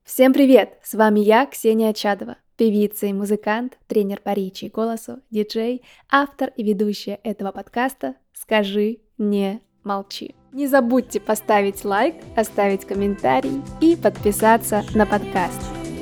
Всем привет! С вами я, Ксения Чадова, певица и музыкант, тренер по речи и голосу, диджей, автор и ведущая этого подкаста «Скажи, не молчи». Не забудьте поставить лайк, оставить комментарий и подписаться на подкаст.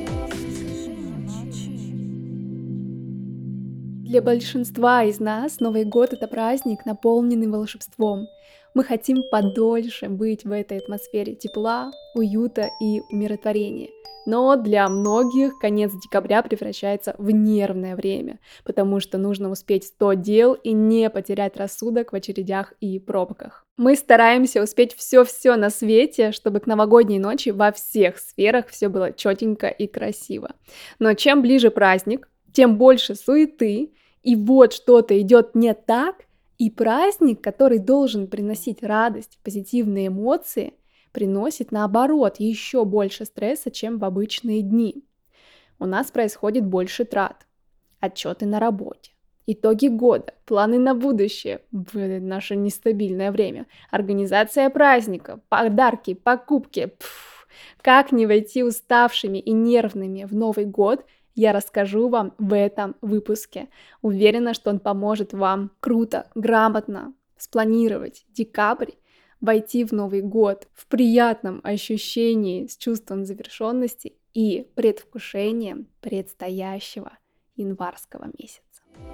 Для большинства из нас Новый год — это праздник, наполненный волшебством. Мы хотим подольше быть в этой атмосфере тепла, уюта и умиротворения. Но для многих конец декабря превращается в нервное время, потому что нужно успеть 100 дел и не потерять рассудок в очередях и пробках. Мы стараемся успеть все-все на свете, чтобы к новогодней ночи во всех сферах все было четенько и красиво. Но чем ближе праздник, тем больше суеты, и вот что-то идет не так, и праздник, который должен приносить радость, позитивные эмоции, приносит, наоборот, еще больше стресса, чем в обычные дни. У нас происходит больше трат, отчеты на работе, итоги года, планы на будущее в наше нестабильное время, организация праздников, подарки, покупки. Как не войти уставшими и нервными в Новый год, я расскажу вам в этом выпуске. Уверена, что он поможет вам круто, грамотно спланировать декабрь, войти в Новый год в приятном ощущении с чувством завершенности и предвкушением предстоящего январского месяца.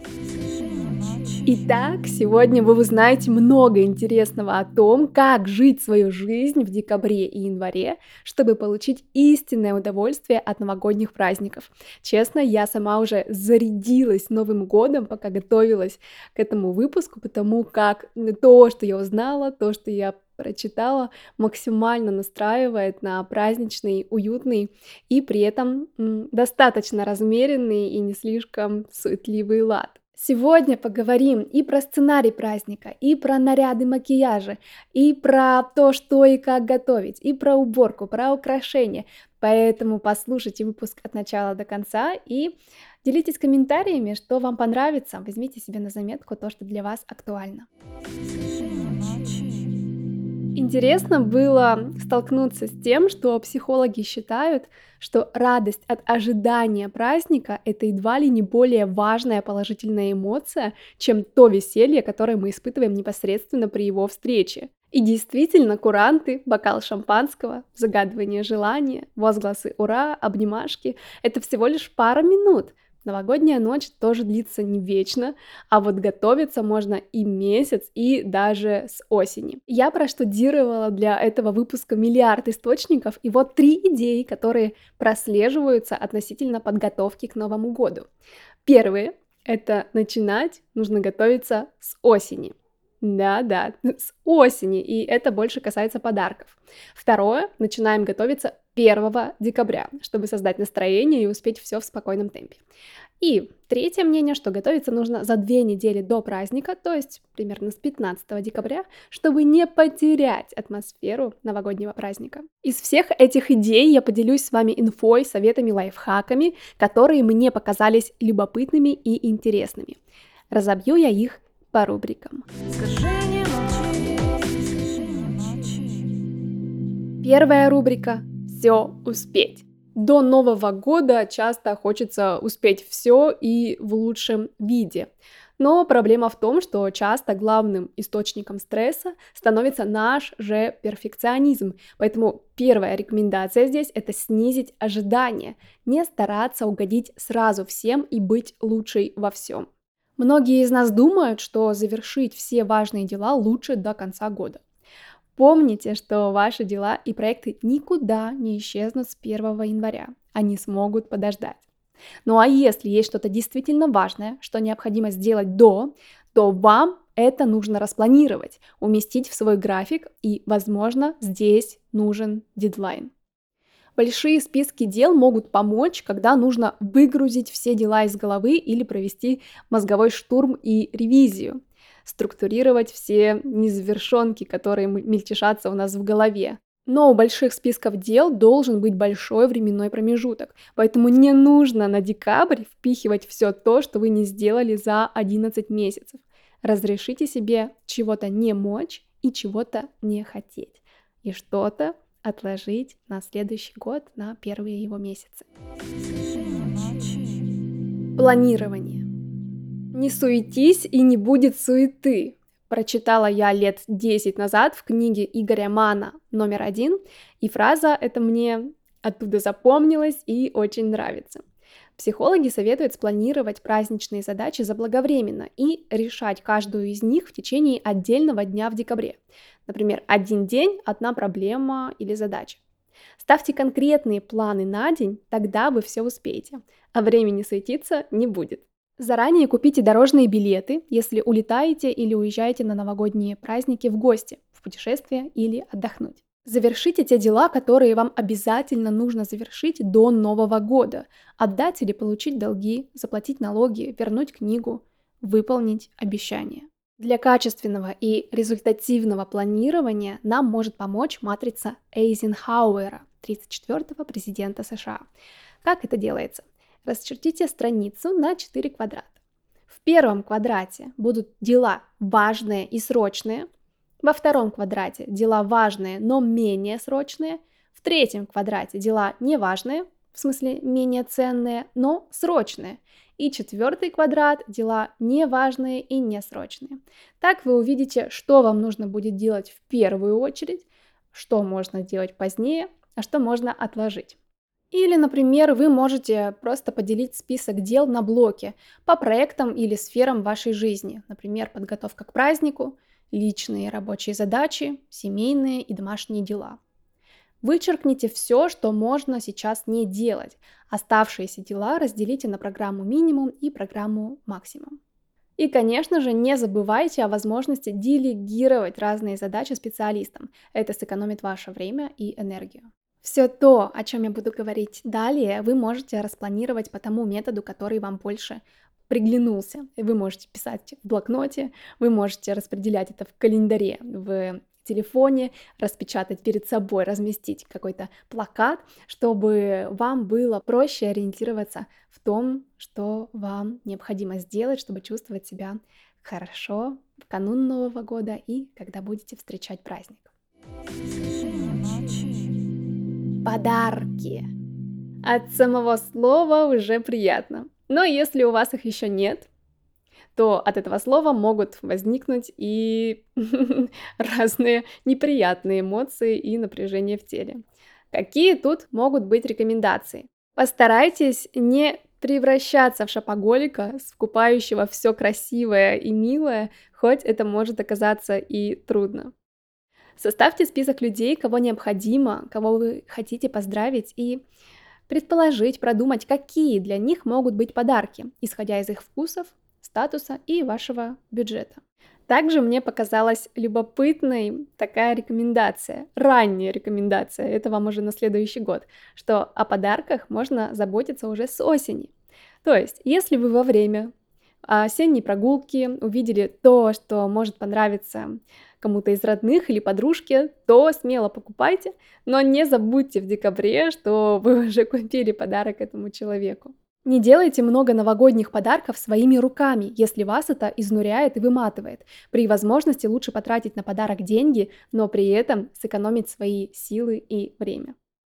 Итак, сегодня вы узнаете много интересного о том, как жить свою жизнь в декабре и январе, чтобы получить истинное удовольствие от новогодних праздников. Честно, я сама уже зарядилась Новым годом, пока готовилась к этому выпуску, потому как то, что я узнала, то, что я прочитала, максимально настраивает на праздничный, уютный и при этом достаточно размеренный и не слишком суетливый лад. Сегодня поговорим и про сценарий праздника, и про наряды, макияжи, и про то, что и как готовить, и про уборку, про украшения. Поэтому послушайте выпуск от начала до конца и делитесь комментариями, что вам понравится. Возьмите себе на заметку то, что для вас актуально. Интересно было столкнуться с тем, что психологи считают, что радость от ожидания праздника — это едва ли не более важная положительная эмоция, чем то веселье, которое мы испытываем непосредственно при его встрече. И действительно, куранты, бокал шампанского, загадывание желания, возгласы «Ура!», обнимашки — это всего лишь пара минут. Новогодняя ночь тоже длится не вечно, а вот готовиться можно и месяц, и даже с осени. Я проштудировала для этого выпуска миллиард источников, и вот 3 идеи, которые прослеживаются относительно подготовки к Новому году. Первое — это начинать нужно готовиться с осени. Да-да, с осени, и это больше касается подарков. Второе, начинаем готовиться 1 декабря, чтобы создать настроение и успеть все в спокойном темпе. И третье мнение, что готовиться нужно за 2 недели до праздника, то есть примерно с 15 декабря, чтобы не потерять атмосферу новогоднего праздника. Из всех этих идей я поделюсь с вами инфой, советами, лайфхаками, которые мне показались любопытными и интересными. Разобью я их по рубрикам. Первая рубрика «Все успеть». До Нового года часто хочется успеть все и в лучшем виде. Но проблема в том, что часто главным источником стресса становится наш же перфекционизм. Поэтому первая рекомендация здесь — это снизить ожидания, не стараться угодить сразу всем и быть лучшей во всем. Многие из нас думают, что завершить все важные дела лучше до конца года. Помните, что ваши дела и проекты никуда не исчезнут с 1 января. Они смогут подождать. Ну а если есть что-то действительно важное, что необходимо сделать до, то вам это нужно распланировать, уместить в свой график, и, возможно, здесь нужен дедлайн. Большие списки дел могут помочь, когда нужно выгрузить все дела из головы или провести мозговой штурм и ревизию, структурировать все незавершенки, которые мельтешатся у нас в голове. Но у больших списков дел должен быть большой временной промежуток, поэтому не нужно на декабрь впихивать все то, что вы не сделали за 11 месяцев. Разрешите себе чего-то не мочь и чего-то не хотеть, и что-то отложить на следующий год, на первые его месяцы. Планирование. Не суетись и не будет суеты. Прочитала я лет 10 назад в книге Игоря Манна номер 1, и фраза эта мне оттуда запомнилась и очень нравится. Психологи советуют спланировать праздничные задачи заблаговременно и решать каждую из них в течение отдельного дня в декабре. Например, один день, одна проблема или задача. Ставьте конкретные планы на день, тогда вы все успеете, а времени суетиться не будет. Заранее купите дорожные билеты, если улетаете или уезжаете на новогодние праздники в гости, в путешествие или отдохнуть. Завершите те дела, которые вам обязательно нужно завершить до Нового года. Отдать или получить долги, заплатить налоги, вернуть книгу, выполнить обещания. Для качественного и результативного планирования нам может помочь матрица Эйзенхауэра, 34-го президента США. Как это делается? Расчертите страницу на 4 квадрата. В первом квадрате будут дела важные и срочные. Во втором квадрате дела важные, но менее срочные. В третьем квадрате дела неважные, в смысле менее ценные, но срочные. И четвертый квадрат – дела неважные и несрочные. Так вы увидите, что вам нужно будет делать в первую очередь, что можно делать позднее, а что можно отложить. Или, например, вы можете просто поделить список дел на блоки по проектам или сферам вашей жизни. Например, подготовка к празднику, личные рабочие задачи, семейные и домашние дела. Вычеркните все, что можно сейчас не делать. Оставшиеся дела разделите на программу минимум и программу максимум. И, конечно же, не забывайте о возможности делегировать разные задачи специалистам. Это сэкономит ваше время и энергию. Все то, о чем я буду говорить далее, вы можете распланировать по тому методу, который вам больше приглянулся. Вы можете писать в блокноте, вы можете распределять это в календаре, в телефоне, распечатать перед собой, разместить какой-то плакат, чтобы вам было проще ориентироваться в том, что вам необходимо сделать, чтобы чувствовать себя хорошо в канун Нового года и когда будете встречать праздник. Подарки. От самого слова уже приятно. Но если у вас их еще нет, то от этого слова могут возникнуть и разные неприятные эмоции и напряжение в теле. Какие тут могут быть рекомендации? Постарайтесь не превращаться в шопоголика, скупающего все красивое и милое, хоть это может оказаться и трудно. Составьте список людей, кого необходимо, кого вы хотите поздравить, и предположить, продумать, какие для них могут быть подарки, исходя из их вкусов, статуса и вашего бюджета. Также мне показалась любопытной такая рекомендация, ранняя рекомендация, это вам уже на следующий год, что о подарках можно заботиться уже с осени. То есть, если вы во время осенней прогулки увидели то, что может понравиться кому-то из родных или подружке, то смело покупайте, но не забудьте в декабре, что вы уже купили подарок этому человеку. Не делайте много новогодних подарков своими руками, если вас это изнуряет и выматывает. При возможности лучше потратить на подарок деньги, но при этом сэкономить свои силы и время.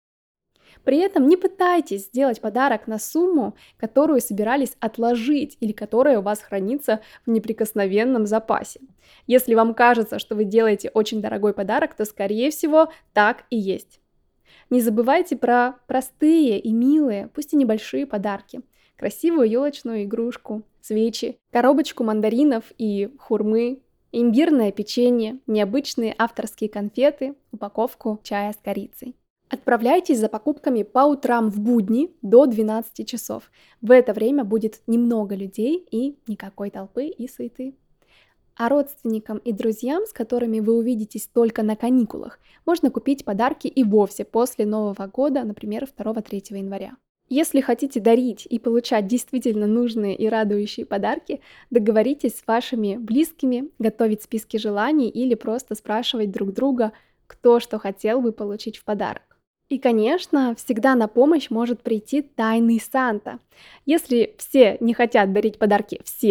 При этом не пытайтесь сделать подарок на сумму, которую собирались отложить или которая у вас хранится в неприкосновенном запасе. Если вам кажется, что вы делаете очень дорогой подарок, то, скорее всего, так и есть. Не забывайте про простые и милые, пусть и небольшие подарки. Красивую елочную игрушку, свечи, коробочку мандаринов и хурмы, имбирное печенье, необычные авторские конфеты, упаковку чая с корицей. Отправляйтесь за покупками по утрам в будни до 12 часов. В это время будет немного людей и никакой толпы и суеты. А родственникам и друзьям, с которыми вы увидитесь только на каникулах, можно купить подарки и вовсе после Нового года, например, 2-3 января. Если хотите дарить и получать действительно нужные и радующие подарки, договоритесь с вашими близкими, готовить списки желаний или просто спрашивать друг друга, кто что хотел бы получить в подарок. И, конечно, всегда на помощь может прийти тайный Санта. Если все не хотят дарить подарки всем,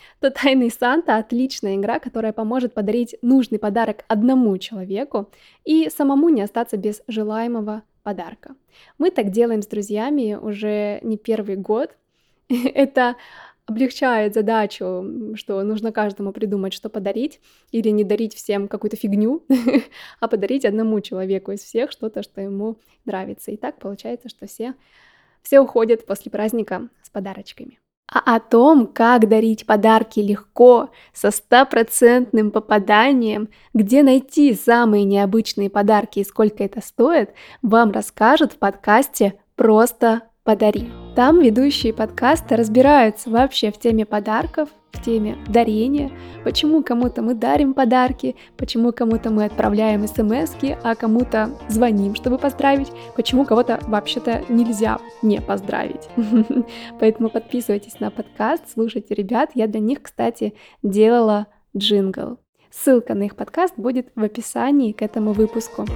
то «Тайный Санта» — отличная игра, которая поможет подарить нужный подарок одному человеку и самому не остаться без желаемого подарка. Мы так делаем с друзьями уже не первый год. Это облегчает задачу, что нужно каждому придумать, что подарить, или не дарить всем какую-то фигню, а подарить одному человеку из всех что-то, что ему нравится. И так получается, что все уходят после праздника с подарочками. А о том, как дарить подарки легко, со стопроцентным попаданием, где найти самые необычные подарки и сколько это стоит, вам расскажут в подкасте «Просто подари». Там ведущие подкаста разбираются вообще в теме подарков, в теме дарения, почему кому-то мы дарим подарки, почему кому-то мы отправляем смски, а кому-то звоним, чтобы поздравить, почему кого-то вообще-то нельзя не поздравить. Поэтому подписывайтесь на подкаст, слушайте ребят. Я для них, кстати, делала джингл. Ссылка на их подкаст будет в описании к этому выпуску.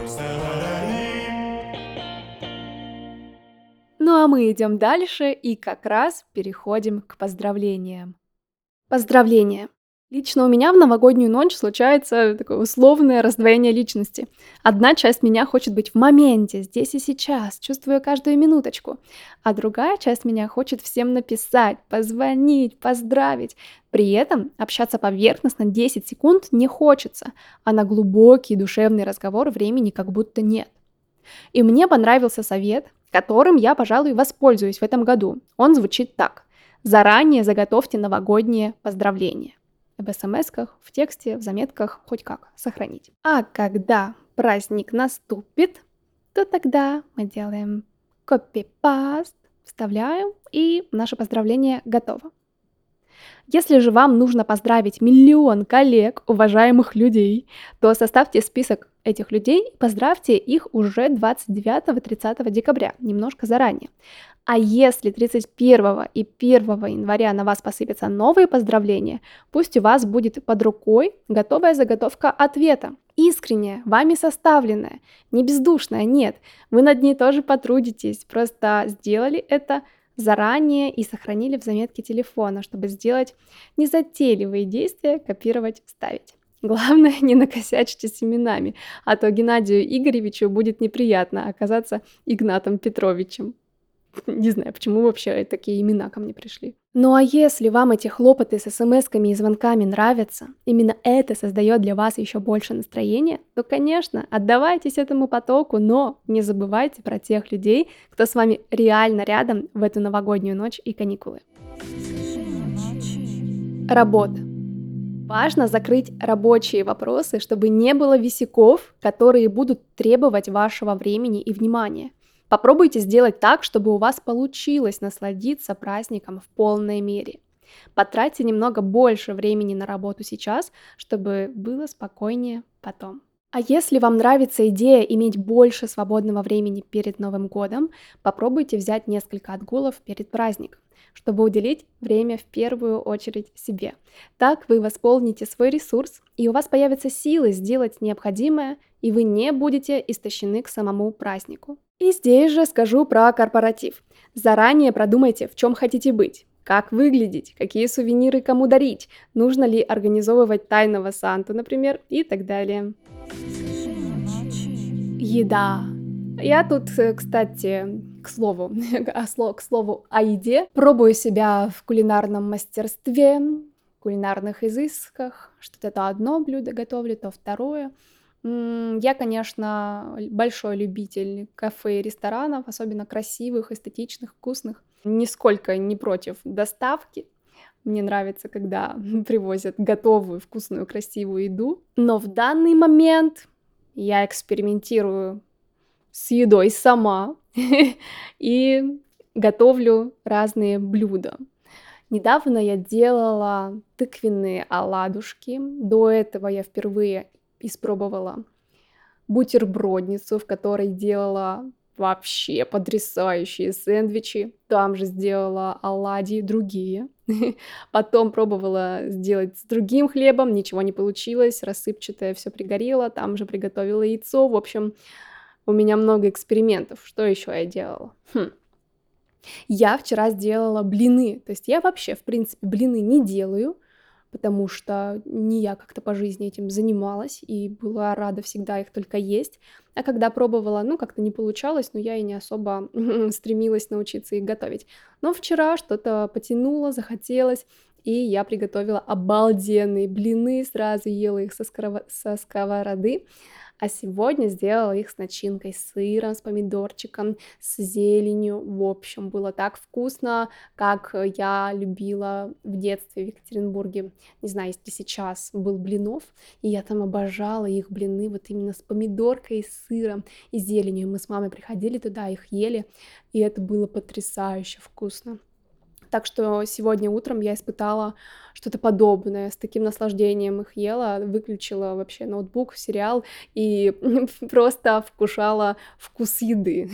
Ну а мы идем дальше и как раз переходим к поздравлениям. Поздравления. Лично у меня в новогоднюю ночь случается такое условное раздвоение личности. Одна часть меня хочет быть в моменте, здесь и сейчас, чувствуя каждую минуточку. А другая часть меня хочет всем написать, позвонить, поздравить. При этом общаться поверхностно 10 секунд не хочется, а на глубокий душевный разговор времени как будто нет. И мне понравился совет, которым я, пожалуй, воспользуюсь в этом году. Он звучит так. Заранее заготовьте новогодние поздравления. В смс-ках, в тексте, в заметках, хоть как, сохранить. А когда праздник наступит, то тогда мы делаем копипаст, вставляем, и наше поздравление готово. Если же вам нужно поздравить миллион коллег, уважаемых людей, то составьте список этих людей и поздравьте их уже 29-30 декабря, немножко заранее. А если 31 и 1 января на вас посыпятся новые поздравления, пусть у вас будет под рукой готовая заготовка ответа. Искренняя, вами составленная, не бездушная, нет. Вы над ней тоже потрудитесь, просто сделали это заранее и сохранили в заметке телефона, чтобы сделать незатейливые действия, копировать, вставить. Главное, не накосячьте с именами, а то Геннадию Игоревичу будет неприятно оказаться Игнатом Петровичем. Не знаю, почему вообще такие имена ко мне пришли. Ну а если вам эти хлопоты с смс-ками и звонками нравятся, именно это создает для вас еще больше настроения, то, конечно, отдавайтесь этому потоку, но не забывайте про тех людей, кто с вами реально рядом в эту новогоднюю ночь и каникулы. Работа. Важно закрыть рабочие вопросы, чтобы не было висяков, которые будут требовать вашего времени и внимания. Попробуйте сделать так, чтобы у вас получилось насладиться праздником в полной мере. Потратьте немного больше времени на работу сейчас, чтобы было спокойнее потом. А если вам нравится идея иметь больше свободного времени перед Новым годом, попробуйте взять несколько отгулов перед праздником, чтобы уделить время в первую очередь себе. Так вы восполните свой ресурс, и у вас появятся силы сделать необходимое, и вы не будете истощены к самому празднику. И здесь же скажу про корпоратив. Заранее продумайте, в чем хотите быть, как выглядеть, какие сувениры кому дарить, нужно ли организовывать тайного Санту, например, и так далее. Еда. Я тут, кстати, к слову о еде, пробую себя в кулинарном мастерстве, кулинарных изысках. Что-то то одно блюдо готовлю, то второе. Я, конечно, большой любитель кафе и ресторанов, особенно красивых, эстетичных, вкусных. Нисколько не против доставки. Мне нравится, когда привозят готовую, вкусную, красивую еду. Но в данный момент я экспериментирую с едой сама и готовлю разные блюда. Недавно я делала тыквенные оладушки. До этого я впервые испробовала бутербродницу, в которой делала вообще потрясающие сэндвичи. Там же сделала оладьи другие. Потом пробовала сделать с другим хлебом, ничего не получилось, рассыпчатое все пригорело. Там же приготовила яйцо. В общем, у меня много экспериментов. Что еще я делала? Я вчера сделала блины. То есть я вообще, в принципе, блины не делаю, потому что не я как-то по жизни этим занималась и была рада всегда их только есть. А когда пробовала, ну, как-то не получалось, но я и не особо стремилась научиться их готовить. Но вчера что-то потянуло, захотелось, и я приготовила обалденные блины, сразу ела их со сковороды. А сегодня сделала их с начинкой, с сыром, с помидорчиком, с зеленью. В общем, было так вкусно, как я любила в детстве в Екатеринбурге. Не знаю, если сейчас был блинов, и я там обожала их блины вот именно с помидоркой, и с сыром и зеленью. Мы с мамой приходили туда, их ели, и это было потрясающе вкусно. Так что сегодня утром я испытала что-то подобное, с таким наслаждением их ела, выключила вообще ноутбук, сериал и просто вкушала вкус еды.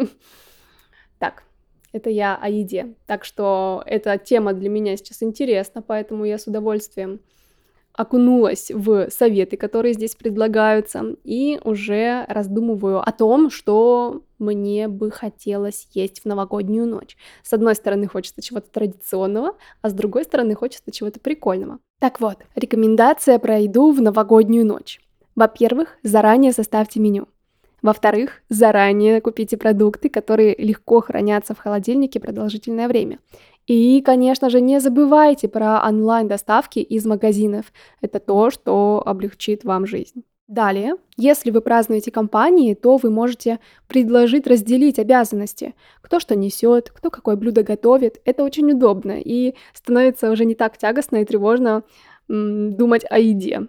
Так, это я о еде. Так что эта тема для меня сейчас интересна, поэтому я с удовольствием окунулась в советы, которые здесь предлагаются, и уже раздумываю о том, что мне бы хотелось есть в новогоднюю ночь. С одной стороны, хочется чего-то традиционного, а с другой стороны, хочется чего-то прикольного. Так вот, рекомендация про еду в новогоднюю ночь. Во-первых, заранее составьте меню. Во-вторых, заранее купите продукты, которые легко хранятся в холодильнике продолжительное время. И, конечно же, не забывайте про онлайн-доставки из магазинов. Это то, что облегчит вам жизнь. Далее, если вы празднуете компании, то вы можете предложить разделить обязанности. Кто что несет, кто какое блюдо готовит. Это очень удобно и становится уже не так тягостно и тревожно думать о еде.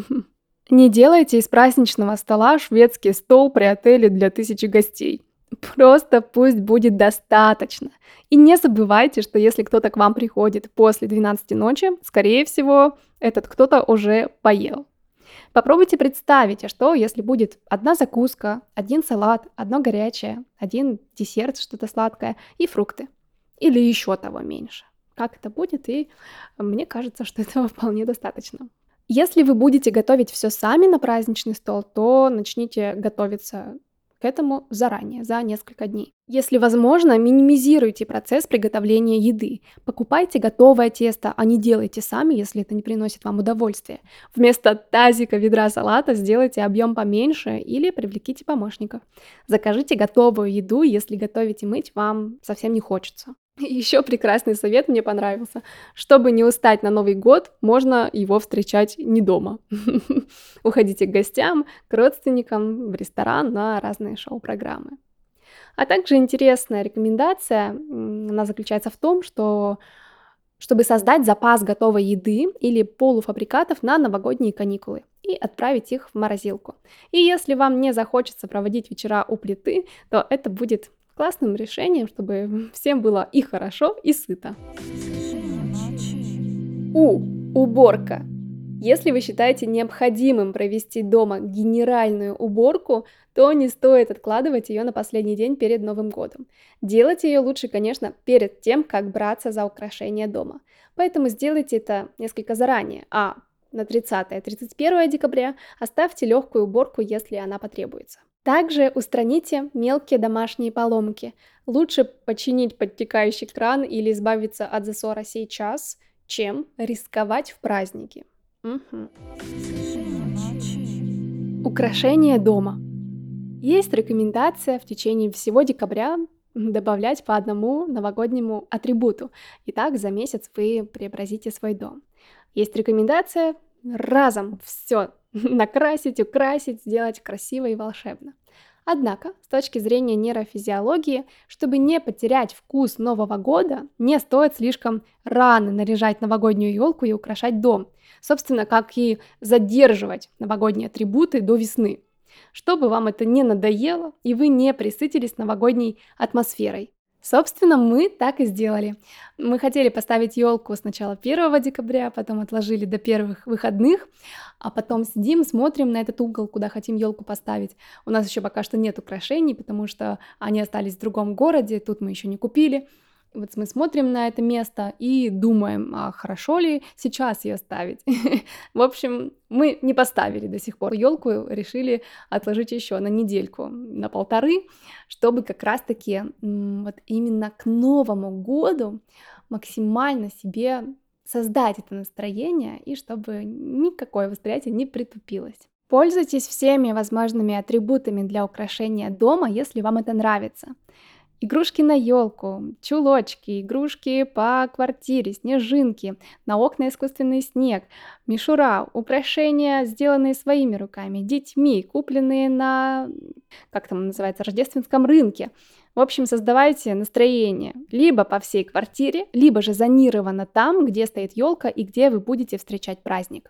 Не делайте из праздничного стола шведский стол при отеле для 1000 гостей. Просто пусть будет достаточно. И не забывайте, что если кто-то к вам приходит после 12 ночи, скорее всего, этот кто-то уже поел. Попробуйте представить, а что, если будет одна закуска, один салат, одно горячее, один десерт, что-то сладкое и фрукты. Или еще того меньше. Как это будет, и мне кажется, что этого вполне достаточно. Если вы будете готовить все сами на праздничный стол, то начните готовиться к этому заранее, за несколько дней. Если возможно, минимизируйте процесс приготовления еды. Покупайте готовое тесто, а не делайте сами, если это не приносит вам удовольствия. Вместо тазика ведра салата сделайте объем поменьше или привлеките помощников. Закажите готовую еду, если готовить и мыть вам совсем не хочется. Еще прекрасный совет мне понравился. Чтобы не устать на Новый год, можно его встречать не дома. Уходите к гостям, к родственникам, в ресторан на разные шоу-программы. А также интересная рекомендация, она заключается в том, что чтобы создать запас готовой еды или полуфабрикатов на новогодние каникулы и отправить их в морозилку. И если вам не захочется проводить вечера у плиты, то это будет классным решением, чтобы всем было и хорошо, и сыто. Уборка. Если вы считаете необходимым провести дома генеральную уборку, то не стоит откладывать ее на последний день перед Новым годом. Делать ее лучше, конечно, перед тем, как браться за украшение дома. Поэтому сделайте это несколько заранее, а на 30-31 декабря оставьте легкую уборку, если она потребуется. Также устраните мелкие домашние поломки. Лучше починить подтекающий кран или избавиться от засора сейчас, чем рисковать в праздники. Украшение дома. Есть рекомендация в течение всего декабря добавлять по одному новогоднему атрибуту. И так за месяц вы преобразите свой дом. Есть рекомендация разом все накрасить, украсить, сделать красиво и волшебно. Однако, с точки зрения нейрофизиологии, чтобы не потерять вкус Нового года, не стоит слишком рано наряжать новогоднюю елку и украшать дом. Собственно, как и задерживать новогодние атрибуты до весны, чтобы вам это не надоело и вы не присытились новогодней атмосферой. Собственно, мы так и сделали. Мы хотели поставить елку сначала 1 декабря, потом отложили до первых выходных, а потом сидим, смотрим на этот угол, куда хотим елку поставить. У нас еще пока что нет украшений, потому что они остались в другом городе, тут мы еще не купили. Вот мы смотрим на это место и думаем, а хорошо ли сейчас ее ставить. В общем, мы не поставили до сих пор елку, решили отложить еще на недельку, на 1,5, чтобы как раз-таки вот именно к Новому году максимально себе создать это настроение и чтобы никакое восприятие не притупилось. Пользуйтесь всеми возможными атрибутами для украшения дома, если вам это нравится. Игрушки на елку, чулочки, игрушки по квартире, снежинки, на окна искусственный снег, мишура, украшения, сделанные своими руками, детьми, купленные на, как там называется, рождественском рынке. В общем, создавайте настроение либо по всей квартире, либо же зонированно там, где стоит елка и где вы будете встречать праздник.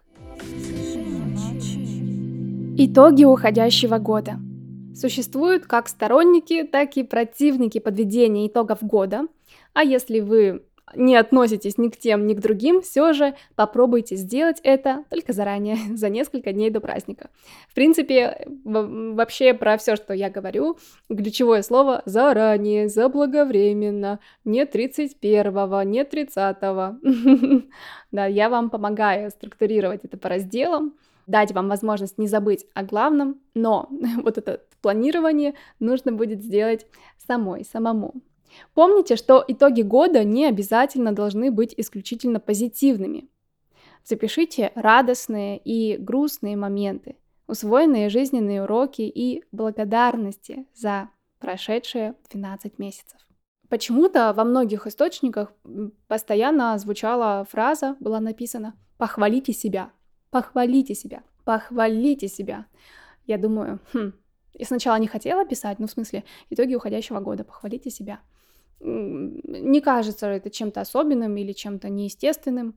Итоги уходящего года. Существуют как сторонники, так и противники подведения итогов года. А если вы не относитесь ни к тем, ни к другим, все же попробуйте сделать это только заранее, за несколько дней до праздника. В принципе, вообще про все, что я говорю, ключевое слово заранее, заблаговременно, не 31-го, не 30-го. Да, я вам помогаю структурировать это по разделам, дать вам возможность не забыть о главном, но вот это планирование нужно будет сделать самому. Помните, что итоги года не обязательно должны быть исключительно позитивными. Запишите радостные и грустные моменты, усвоенные жизненные уроки и благодарности за прошедшие 12 месяцев. Почему-то во многих источниках постоянно звучала фраза, была написана «похвалите себя». Похвалите себя, похвалите себя. Я думаю, я сначала не хотела писать, в смысле, итоги уходящего года, похвалите себя. Не кажется это чем-то особенным или чем-то неестественным.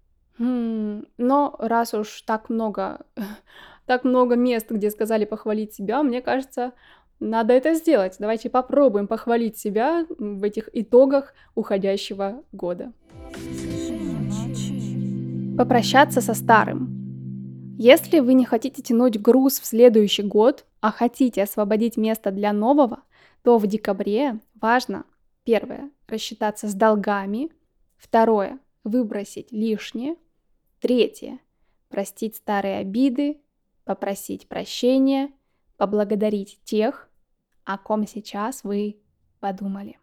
Но раз уж так много мест, где сказали похвалить себя, мне кажется, надо это сделать. Давайте попробуем похвалить себя в этих итогах уходящего года. Попрощаться со старым. Если вы не хотите тянуть груз в следующий год, а хотите освободить место для нового, то в декабре важно, первое, рассчитаться с долгами, второе, выбросить лишнее, третье, простить старые обиды, попросить прощения, поблагодарить тех, о ком сейчас вы подумали.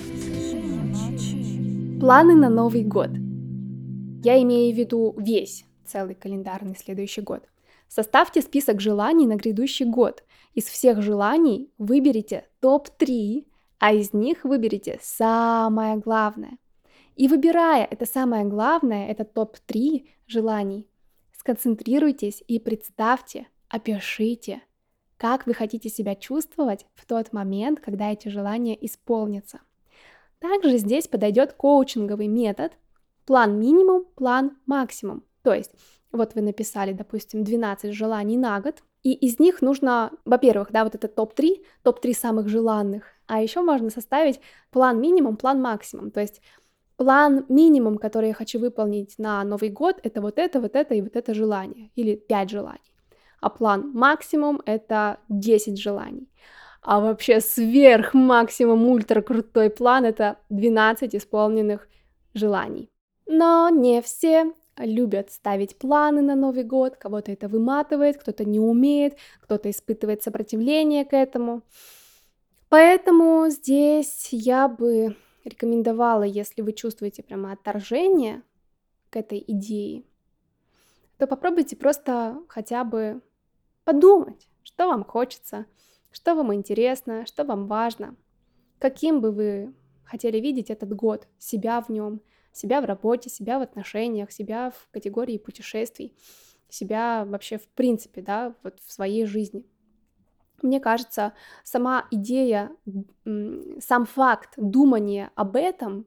Планы на Новый год. Я имею в виду весь целый календарный следующий год. Составьте список желаний на грядущий год. Из всех желаний выберите топ-3, а из них выберите самое главное. И выбирая это самое главное, это топ-3 желаний, сконцентрируйтесь и представьте, опишите, как вы хотите себя чувствовать в тот момент, когда эти желания исполнятся. Также здесь подойдет коучинговый метод план минимум, план максимум. То есть, вот вы написали, допустим, 12 желаний на год, и из них нужно, во-первых, вот это топ-3 самых желанных, а еще можно составить план минимум, план максимум. То есть план минимум, который я хочу выполнить на Новый год, это вот это и вот это желание, или 5 желаний. А план максимум это 10 желаний. А вообще сверх максимум ультра крутой план это 12 исполненных желаний. Но не все любят ставить планы на Новый год, кого-то это выматывает, кто-то не умеет, кто-то испытывает сопротивление к этому. Поэтому здесь я бы рекомендовала, если вы чувствуете прямо отторжение к этой идее, то попробуйте просто хотя бы подумать, что вам хочется, что вам интересно, что вам важно, каким бы вы хотели видеть этот год, себя в нем, себя в работе, себя в отношениях, себя в категории путешествий, себя вообще в принципе, вот в своей жизни. Мне кажется, сама идея, сам факт думания об этом,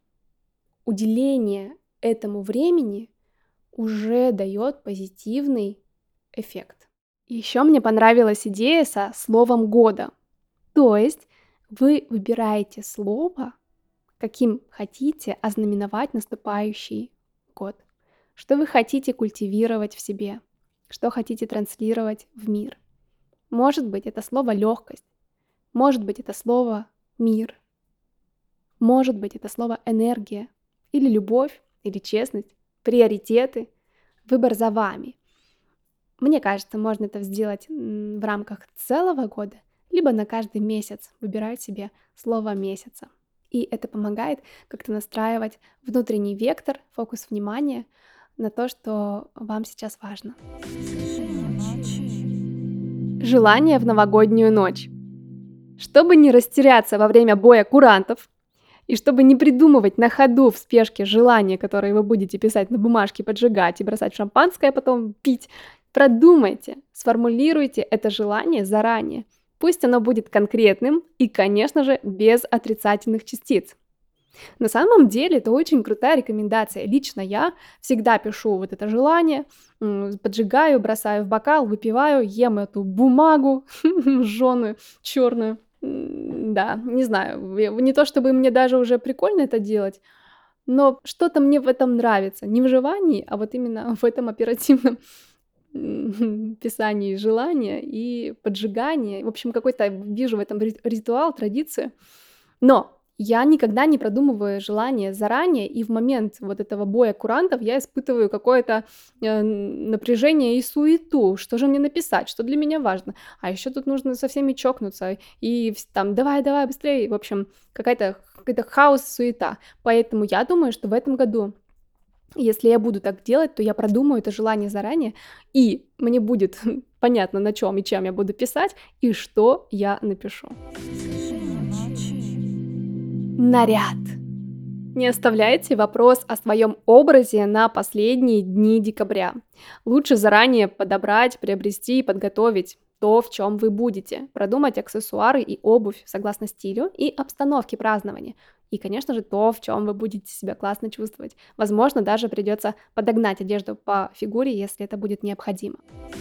уделение этому времени уже дает позитивный эффект. Еще мне понравилась идея со словом года. То есть вы выбираете слово, каким хотите ознаменовать наступающий год. Что вы хотите культивировать в себе, что хотите транслировать в мир. Может быть, это слово легкость, может быть, это слово мир, может быть, это слово энергия, или любовь, или честность, приоритеты. Выбор за вами. Мне кажется, можно это сделать в рамках целого года, либо на каждый месяц выбирать себе слово месяца. И это помогает как-то настраивать внутренний вектор, фокус внимания на то, что вам сейчас важно. Желание в новогоднюю ночь. Чтобы не растеряться во время боя курантов и чтобы не придумывать на ходу в спешке желания, которые вы будете писать на бумажке, поджигать и бросать в шампанское, а потом пить, продумайте, сформулируйте это желание заранее. Пусть оно будет конкретным и, конечно же, без отрицательных частиц. На самом деле это очень крутая рекомендация. Лично я всегда пишу вот это желание, поджигаю, бросаю в бокал, выпиваю, ем эту бумагу жженую, черную. Да, не знаю, не то чтобы мне даже уже прикольно это делать, но что-то мне в этом нравится. Не в жевании, а вот именно в этом оперативном писании желания и поджигании. В общем, какой-то вижу в этом ритуал, традицию. Но я никогда не продумываю желание заранее, и в момент вот этого боя курантов я испытываю какое-то напряжение и суету. Что же мне написать? Что для меня важно? А еще тут нужно со всеми чокнуться и там давай, давай быстрее. В общем, какой-то хаос, суета. Поэтому я думаю, что в этом году, если я буду так делать, то я продумаю это желание заранее, и мне будет понятно, на чем и чем я буду писать, и что я напишу. Наряд. Не оставляйте вопрос о своем образе на последние дни декабря. Лучше заранее подобрать, приобрести и подготовить то, в чем вы будете. Продумать аксессуары и обувь согласно стилю и обстановке празднования. И, конечно же, то, в чем вы будете себя классно чувствовать. Возможно, даже придется подогнать одежду по фигуре, если это будет необходимо.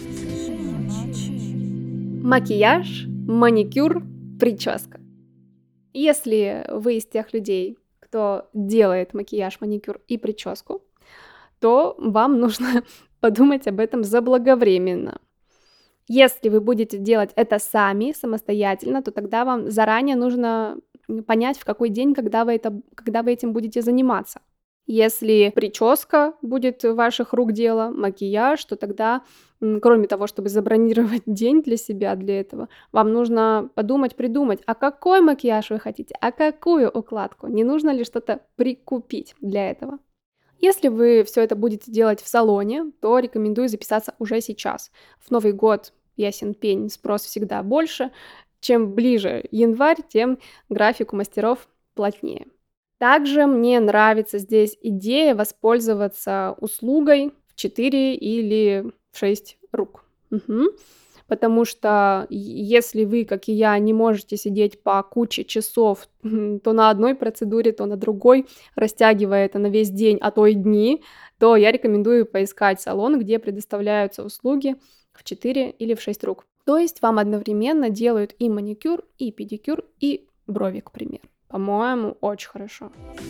Макияж, маникюр, прическа. Если вы из тех людей, кто делает макияж, маникюр и прическу, то вам нужно подумать об этом заблаговременно. Если вы будете делать это сами, самостоятельно, то тогда вам заранее нужно понять, в какой день, когда вы этим будете заниматься. Если прическа будет ваших рук дело, макияж, то тогда, кроме того, чтобы забронировать день для себя, для этого, вам нужно подумать, придумать, а какой макияж вы хотите, а какую укладку, не нужно ли что-то прикупить для этого. Если вы все это будете делать в салоне, то рекомендую записаться уже сейчас. В Новый год, ясен пень, спрос всегда больше. Чем ближе январь, тем график у мастеров плотнее. Также мне нравится здесь идея воспользоваться услугой в 4 или в 6 рук. Потому что если вы, как и я, не можете сидеть по куче часов то на одной процедуре, то на другой, растягивая это на весь день, а то и дни, то я рекомендую поискать салон, где предоставляются услуги в 4 или в 6 рук. То есть вам одновременно делают и маникюр, и педикюр, и брови, к примеру. По-моему, очень хорошо.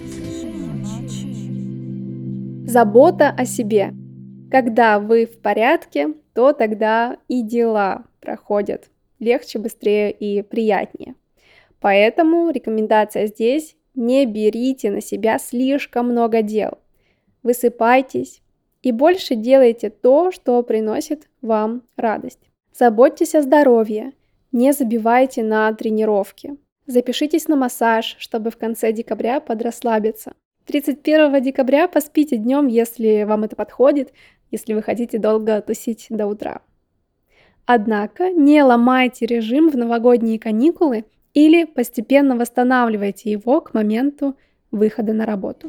Забота о себе. Когда вы в порядке, то тогда и дела проходят легче, быстрее и приятнее. Поэтому рекомендация здесь: не берите на себя слишком много дел. Высыпайтесь и больше делайте то, что приносит вам радость. Заботьтесь о здоровье, не забивайте на тренировки. Запишитесь на массаж, чтобы в конце декабря подрасслабиться. 31 декабря поспите днем, если вам это подходит, если вы хотите долго тусить до утра. Однако не ломайте режим в новогодние каникулы или постепенно восстанавливайте его к моменту выхода на работу.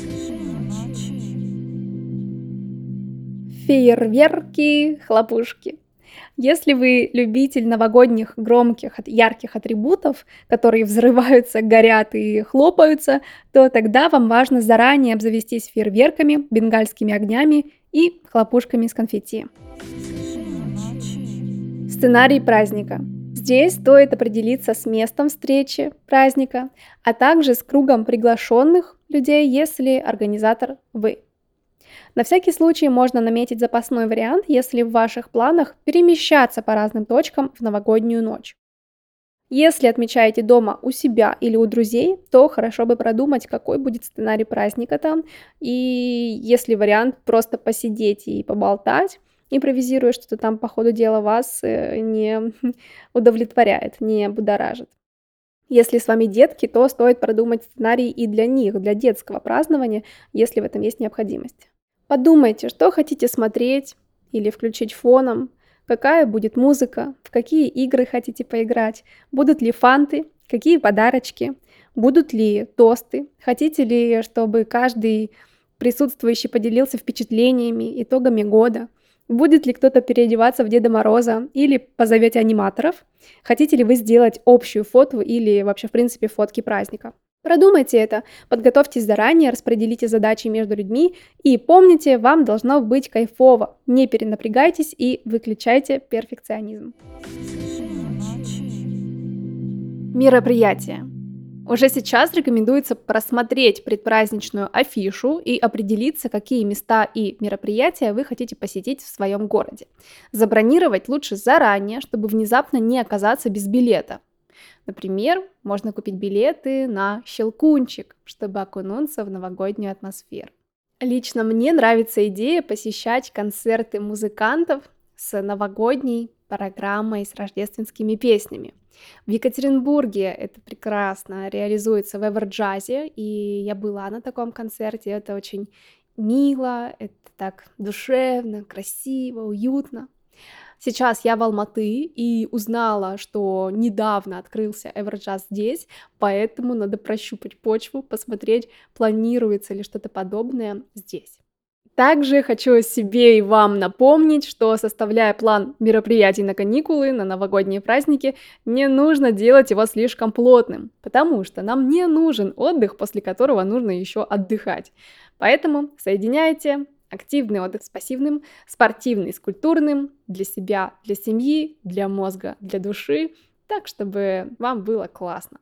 Фейерверки, хлопушки. Если вы любитель новогодних громких, ярких атрибутов, которые взрываются, горят и хлопаются, то тогда вам важно заранее обзавестись фейерверками, бенгальскими огнями и хлопушками из конфетти. Сценарий праздника. Здесь стоит определиться с местом встречи праздника, а также с кругом приглашенных людей, если организатор вы. На всякий случай можно наметить запасной вариант, если в ваших планах перемещаться по разным точкам в новогоднюю ночь. Если отмечаете дома у себя или у друзей, то хорошо бы продумать, какой будет сценарий праздника там, и если вариант просто посидеть и поболтать, импровизируя что-то там по ходу дела, вас не удовлетворяет, не будоражит. Если с вами детки, то стоит продумать сценарий и для них, для детского празднования, если в этом есть необходимость. Подумайте, что хотите смотреть или включить фоном, какая будет музыка, в какие игры хотите поиграть, будут ли фанты, какие подарочки, будут ли тосты, хотите ли, чтобы каждый присутствующий поделился впечатлениями, итогами года, будет ли кто-то переодеваться в Деда Мороза или позовете аниматоров, хотите ли вы сделать общую фото или вообще, в принципе, фотки праздника. Продумайте это, подготовьтесь заранее, распределите задачи между людьми и помните, вам должно быть кайфово. Не перенапрягайтесь и выключайте перфекционизм. Мероприятия. Уже сейчас рекомендуется просмотреть предпраздничную афишу и определиться, какие места и мероприятия вы хотите посетить в своем городе. Забронировать лучше заранее, чтобы внезапно не оказаться без билета. Например, можно купить билеты на «Щелкунчик», чтобы окунуться в новогоднюю атмосферу. Лично мне нравится идея посещать концерты музыкантов с новогодней программой, с рождественскими песнями. В Екатеринбурге это прекрасно реализуется в Эверджазе, и я была на таком концерте, это очень мило, это так душевно, красиво, уютно. Сейчас я в Алматы и узнала, что недавно открылся Эверджаз здесь, поэтому надо прощупать почву, посмотреть, планируется ли что-то подобное здесь. Также хочу себе и вам напомнить, что составляя план мероприятий на каникулы, на новогодние праздники, не нужно делать его слишком плотным, потому что нам не нужен отдых, после которого нужно еще отдыхать. Поэтому соединяйте активный отдых с пассивным, спортивный с культурным, для себя, для семьи, для мозга, для души, так, чтобы вам было классно.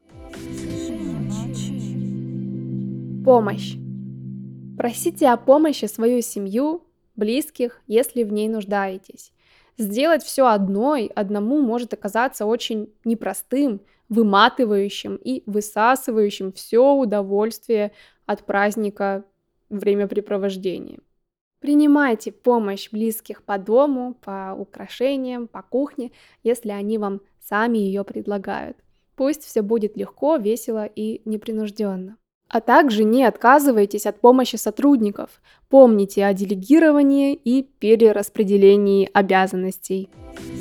Помощь. Просите о помощи свою семью, близких, если в ней нуждаетесь. Сделать все одному может оказаться очень непростым, выматывающим и высасывающим все удовольствие от праздника времяпрепровождения. Принимайте помощь близких по дому, по украшениям, по кухне, если они вам сами ее предлагают. Пусть все будет легко, весело и непринужденно. А также не отказывайтесь от помощи сотрудников. Помните о делегировании и перераспределении обязанностей.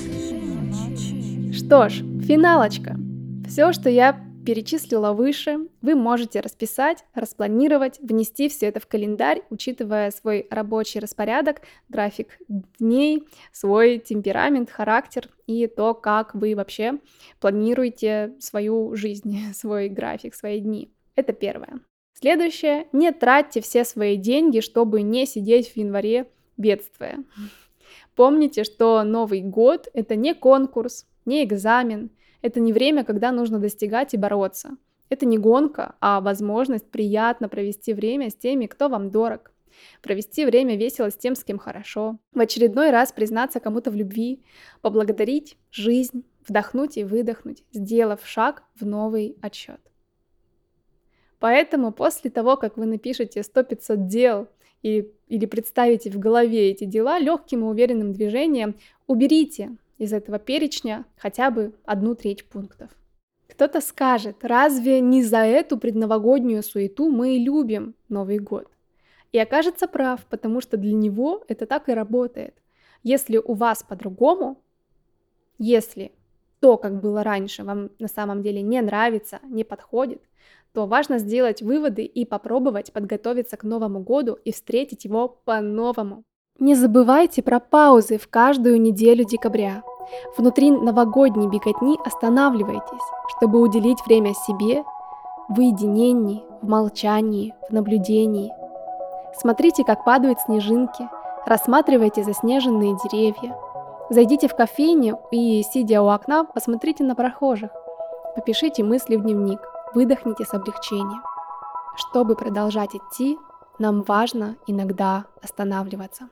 Что ж, финалочка. Все, что я перечислила выше, вы можете расписать, распланировать, внести все это в календарь, учитывая свой рабочий распорядок, график дней, свой темперамент, характер и то, как вы вообще планируете свою жизнь, свой график, свои дни. Это первое. Следующее. Не тратьте все свои деньги, чтобы не сидеть в январе бедствуя. Помните, что Новый год – это не конкурс, не экзамен, это не время, когда нужно достигать и бороться. Это не гонка, а возможность приятно провести время с теми, кто вам дорог. Провести время весело с тем, с кем хорошо. В очередной раз признаться кому-то в любви, поблагодарить жизнь, вдохнуть и выдохнуть, сделав шаг в новый отсчет. Поэтому после того, как вы напишете 100-500 дел или представите в голове эти дела, легким и уверенным движением уберите из этого перечня хотя бы 1/3 пунктов. Кто-то скажет, разве не за эту предновогоднюю суету мы и любим Новый год? И окажется прав, потому что для него это так и работает. Если у вас по-другому, если то, как было раньше, вам на самом деле не нравится, не подходит, то важно сделать выводы и попробовать подготовиться к Новому году и встретить его по-новому. Не забывайте про паузы в каждую неделю декабря. Внутри новогодней беготни останавливайтесь, чтобы уделить время себе, в уединении, в молчании, в наблюдении. Смотрите, как падают снежинки, рассматривайте заснеженные деревья. Зайдите в кофейню и, сидя у окна, посмотрите на прохожих. Попишите мысли в дневник, выдохните с облегчением. Чтобы продолжать идти, нам важно иногда останавливаться.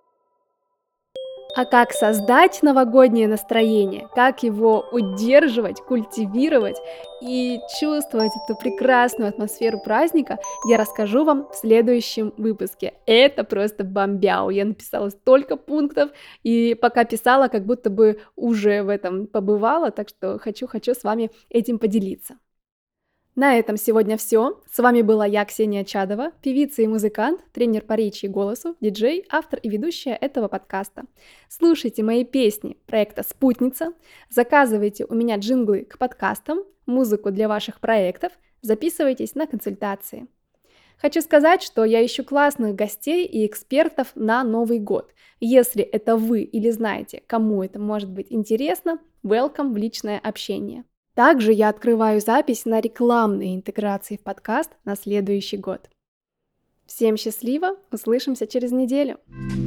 А как создать новогоднее настроение, как его удерживать, культивировать и чувствовать эту прекрасную атмосферу праздника, я расскажу вам в следующем выпуске. Это просто бомбяу. Я написала столько пунктов, и пока писала, как будто бы уже в этом побывала, так что хочу с вами этим поделиться. На этом сегодня все. С вами была я, Ксения Чадова, певица и музыкант, тренер по речи и голосу, диджей, автор и ведущая этого подкаста. Слушайте мои песни проекта «Спутница», заказывайте у меня джинглы к подкастам, музыку для ваших проектов, записывайтесь на консультации. Хочу сказать, что я ищу классных гостей и экспертов на Новый год. Если это вы или знаете, кому это может быть интересно, welcome в личное общение. Также я открываю запись на рекламные интеграции в подкаст на следующий год. Всем счастливо, услышимся через неделю.